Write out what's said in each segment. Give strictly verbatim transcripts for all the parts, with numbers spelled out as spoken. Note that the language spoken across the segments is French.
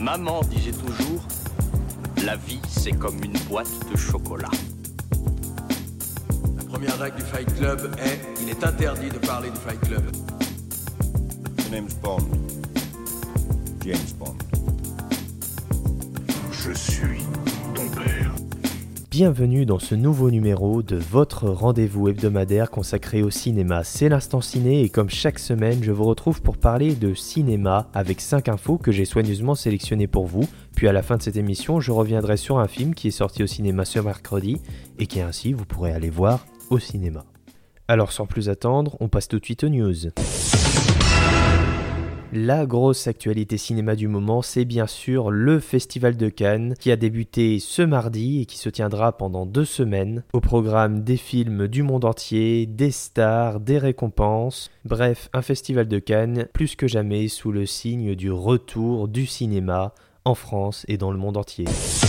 Maman disait toujours, la vie c'est comme une boîte de chocolat. La première règle du Fight Club est, il est interdit de parler du Fight Club. My name's Bond. James Bond. Je suis ton père. Bienvenue dans ce nouveau numéro de votre rendez-vous hebdomadaire consacré au cinéma. C'est l'Instant Ciné et comme chaque semaine, je vous retrouve pour parler de cinéma avec cinq infos que j'ai soigneusement sélectionnées pour vous. Puis à la fin de cette émission, je reviendrai sur un film qui est sorti au cinéma ce mercredi et qui ainsi vous pourrez aller voir au cinéma. Alors sans plus attendre, on passe tout de suite aux news. La grosse actualité cinéma du moment, c'est bien sûr le Festival de Cannes qui a débuté ce mardi et qui se tiendra pendant deux semaines. Au programme des films du monde entier, des stars, des récompenses. Bref, un Festival de Cannes plus que jamais sous le signe du retour du cinéma en France et dans le monde entier.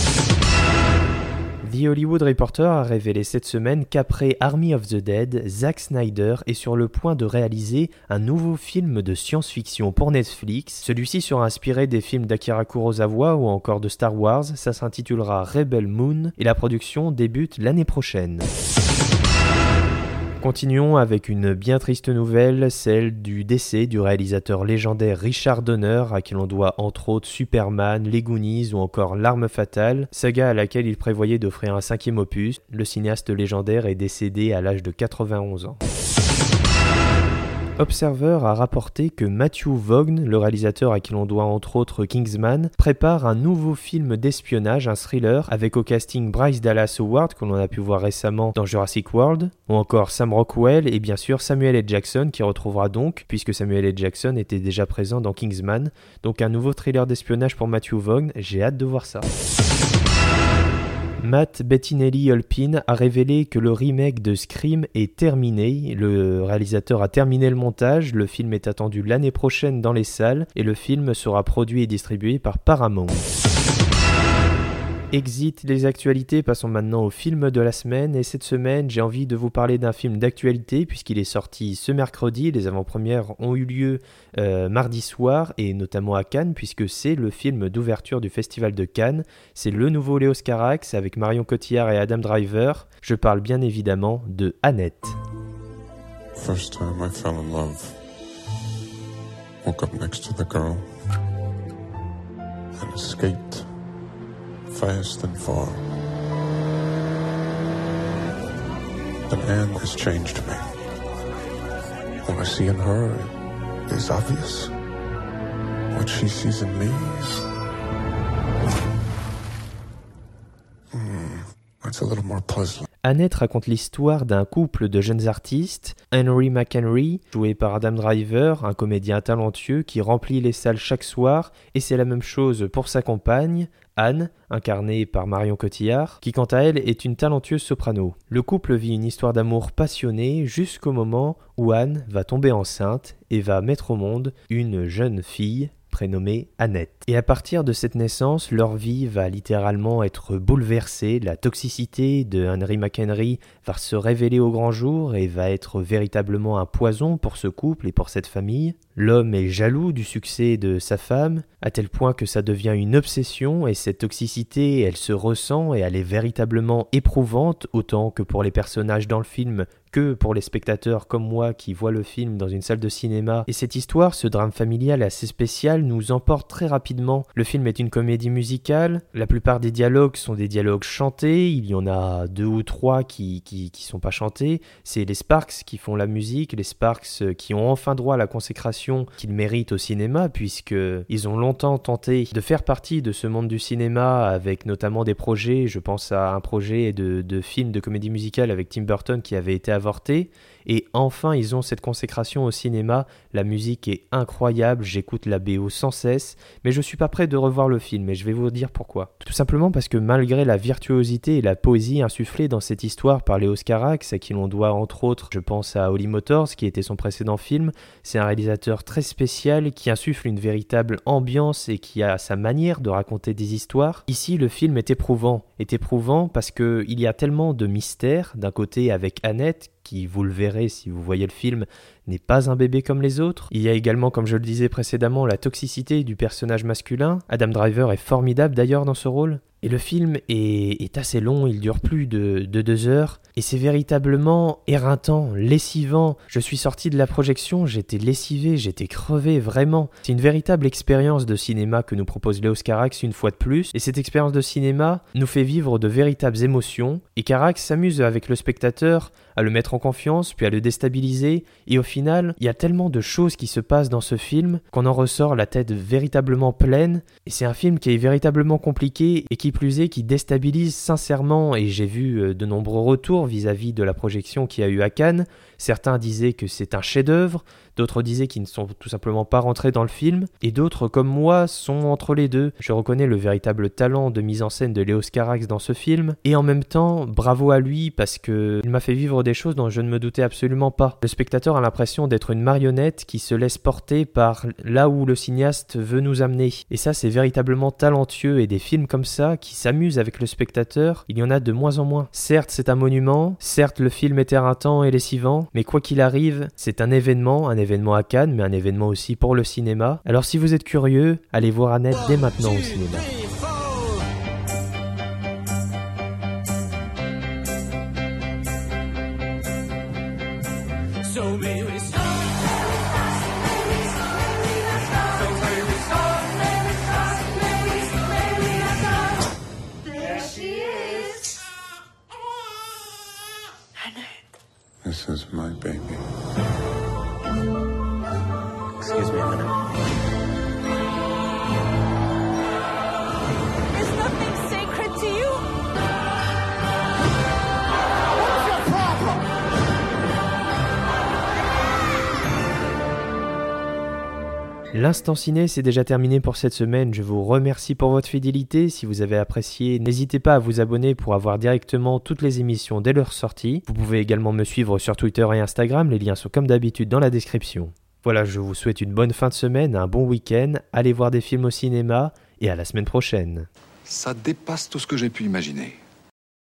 The Hollywood Reporter a révélé cette semaine qu'après Army of the Dead, Zack Snyder est sur le point de réaliser un nouveau film de science-fiction pour Netflix. Celui-ci sera inspiré des films d'Akira Kurosawa ou encore de Star Wars. Ça s'intitulera Rebel Moon et la production débute l'année prochaine. Continuons avec une bien triste nouvelle, celle du décès du réalisateur légendaire Richard Donner, à qui l'on doit entre autres Superman, Les Goonies ou encore L'Arme Fatale, saga à laquelle il prévoyait d'offrir un cinquième opus. Le cinéaste légendaire est décédé à l'âge de quatre-vingt-onze ans. Observer a rapporté que Matthew Vaughn, le réalisateur à qui l'on doit entre autres Kingsman, prépare un nouveau film d'espionnage, un thriller, avec au casting Bryce Dallas Howard, que l'on a pu voir récemment dans Jurassic World, ou encore Sam Rockwell et bien sûr Samuel L. Jackson qui retrouvera donc, puisque Samuel L. Jackson était déjà présent dans Kingsman, donc un nouveau thriller d'espionnage pour Matthew Vaughn, j'ai hâte de voir ça. Matt Bettinelli-Olpin a révélé que le remake de Scream est terminé. Le réalisateur a terminé le montage, le film est attendu l'année prochaine dans les salles et le film sera produit et distribué par Paramount. Exit les actualités, passons maintenant au film de la semaine et cette semaine j'ai envie de vous parler d'un film d'actualité puisqu'il est sorti ce mercredi, les avant-premières ont eu lieu euh, mardi soir et notamment à Cannes puisque c'est le film d'ouverture du Festival de Cannes, c'est le nouveau Léos Carax avec Marion Cotillard et Adam Driver, je parle bien évidemment de Annette. First time I fell in love. Woke up next to the girl and escaped. Fast and far. But Anne has changed me. What I see in her is obvious. What she sees in me is... Hmm, that's a little more puzzling. Annette raconte l'histoire d'un couple de jeunes artistes, Henry McHenry, joué par Adam Driver, un comédien talentueux qui remplit les salles chaque soir, et c'est la même chose pour sa compagne, Anne, incarnée par Marion Cotillard, qui quant à elle est une talentueuse soprano. Le couple vit une histoire d'amour passionnée jusqu'au moment où Anne va tomber enceinte et va mettre au monde une jeune fille prénommée Annette. Et à partir de cette naissance, leur vie va littéralement être bouleversée, la toxicité de Henry McHenry va se révéler au grand jour et va être véritablement un poison pour ce couple et pour cette famille. L'homme est jaloux du succès de sa femme, à tel point que ça devient une obsession et cette toxicité, elle se ressent et elle est véritablement éprouvante, autant que pour les personnages dans le film que pour les spectateurs comme moi qui voient le film dans une salle de cinéma. Et cette histoire, ce drame familial assez spécial, nous emporte très rapidement. Le film est une comédie musicale, la plupart des dialogues sont des dialogues chantés, il y en a deux ou trois qui, qui, qui sont pas chantés, c'est les Sparks qui font la musique, les Sparks qui ont enfin droit à la consécration qu'ils méritent au cinéma, puisqu'ils ont longtemps tenté de faire partie de ce monde du cinéma avec notamment des projets, je pense à un projet de, de film de comédie musicale avec Tim Burton qui avait été avorté, et enfin ils ont cette consécration au cinéma. La musique est incroyable, j'écoute la B O sans cesse, mais je suis pas prêt de revoir le film et je vais vous dire pourquoi. Tout simplement parce que malgré la virtuosité et la poésie insufflée dans cette histoire par Léos Carax, à qui l'on doit entre autres, je pense à Holly Motors qui était son précédent film, c'est un réalisateur très spécial qui insuffle une véritable ambiance et qui a sa manière de raconter des histoires. Ici le film est éprouvant, est éprouvant parce qu'il y a tellement de mystères, d'un côté avec Annette, qui, vous le verrez si vous voyez le film, n'est pas un bébé comme les autres. Il y a également, comme je le disais précédemment, la toxicité du personnage masculin. Adam Driver est formidable d'ailleurs dans ce rôle. Et le film est, est assez long, il dure plus de, de deux heures, et c'est véritablement éreintant, lessivant. Je suis sorti de la projection, j'étais lessivé, j'étais crevé, vraiment. C'est une véritable expérience de cinéma que nous propose Leos Carax une fois de plus, et cette expérience de cinéma nous fait vivre de véritables émotions, et Carax s'amuse avec le spectateur à le mettre en confiance, puis à le déstabiliser, et au final, il y a tellement de choses qui se passent dans ce film qu'on en ressort la tête véritablement pleine, et c'est un film qui est véritablement compliqué, et qui plus est, qui déstabilise sincèrement, et j'ai vu de nombreux retours vis-à-vis de la projection qu'il y a eu à Cannes. Certains disaient que c'est un chef-d'œuvre, d'autres disaient qu'ils ne sont tout simplement pas rentrés dans le film, et d'autres, comme moi, sont entre les deux. Je reconnais le véritable talent de mise en scène de Leos Carax dans ce film, et en même temps, bravo à lui, parce qu'il m'a fait vivre des choses dont je ne me doutais absolument pas. Le spectateur a l'impression d'être une marionnette qui se laisse porter par là où le cinéaste veut nous amener. Et ça, c'est véritablement talentueux, et des films comme ça, qui s'amusent avec le spectateur, il y en a de moins en moins. Certes, c'est un monument, certes, le film est éreintant et lessivant, mais quoi qu'il arrive, c'est un événement, un événement à Cannes, mais un événement aussi pour le cinéma. Alors si vous êtes curieux, allez voir Annette dès maintenant au cinéma. This is my baby. Excuse me a minute. Is nothing sacred to you? What's your problem? L'instant ciné, c'est déjà terminé pour cette semaine. Je vous remercie pour votre fidélité. Si vous avez apprécié, n'hésitez pas à vous abonner pour avoir directement toutes les émissions dès leur sortie. Vous pouvez également me suivre sur Twitter et Instagram. Les liens sont comme d'habitude dans la description. Voilà, je vous souhaite une bonne fin de semaine, un bon week-end. Allez voir des films au cinéma et à la semaine prochaine. Ça dépasse tout ce que j'ai pu imaginer.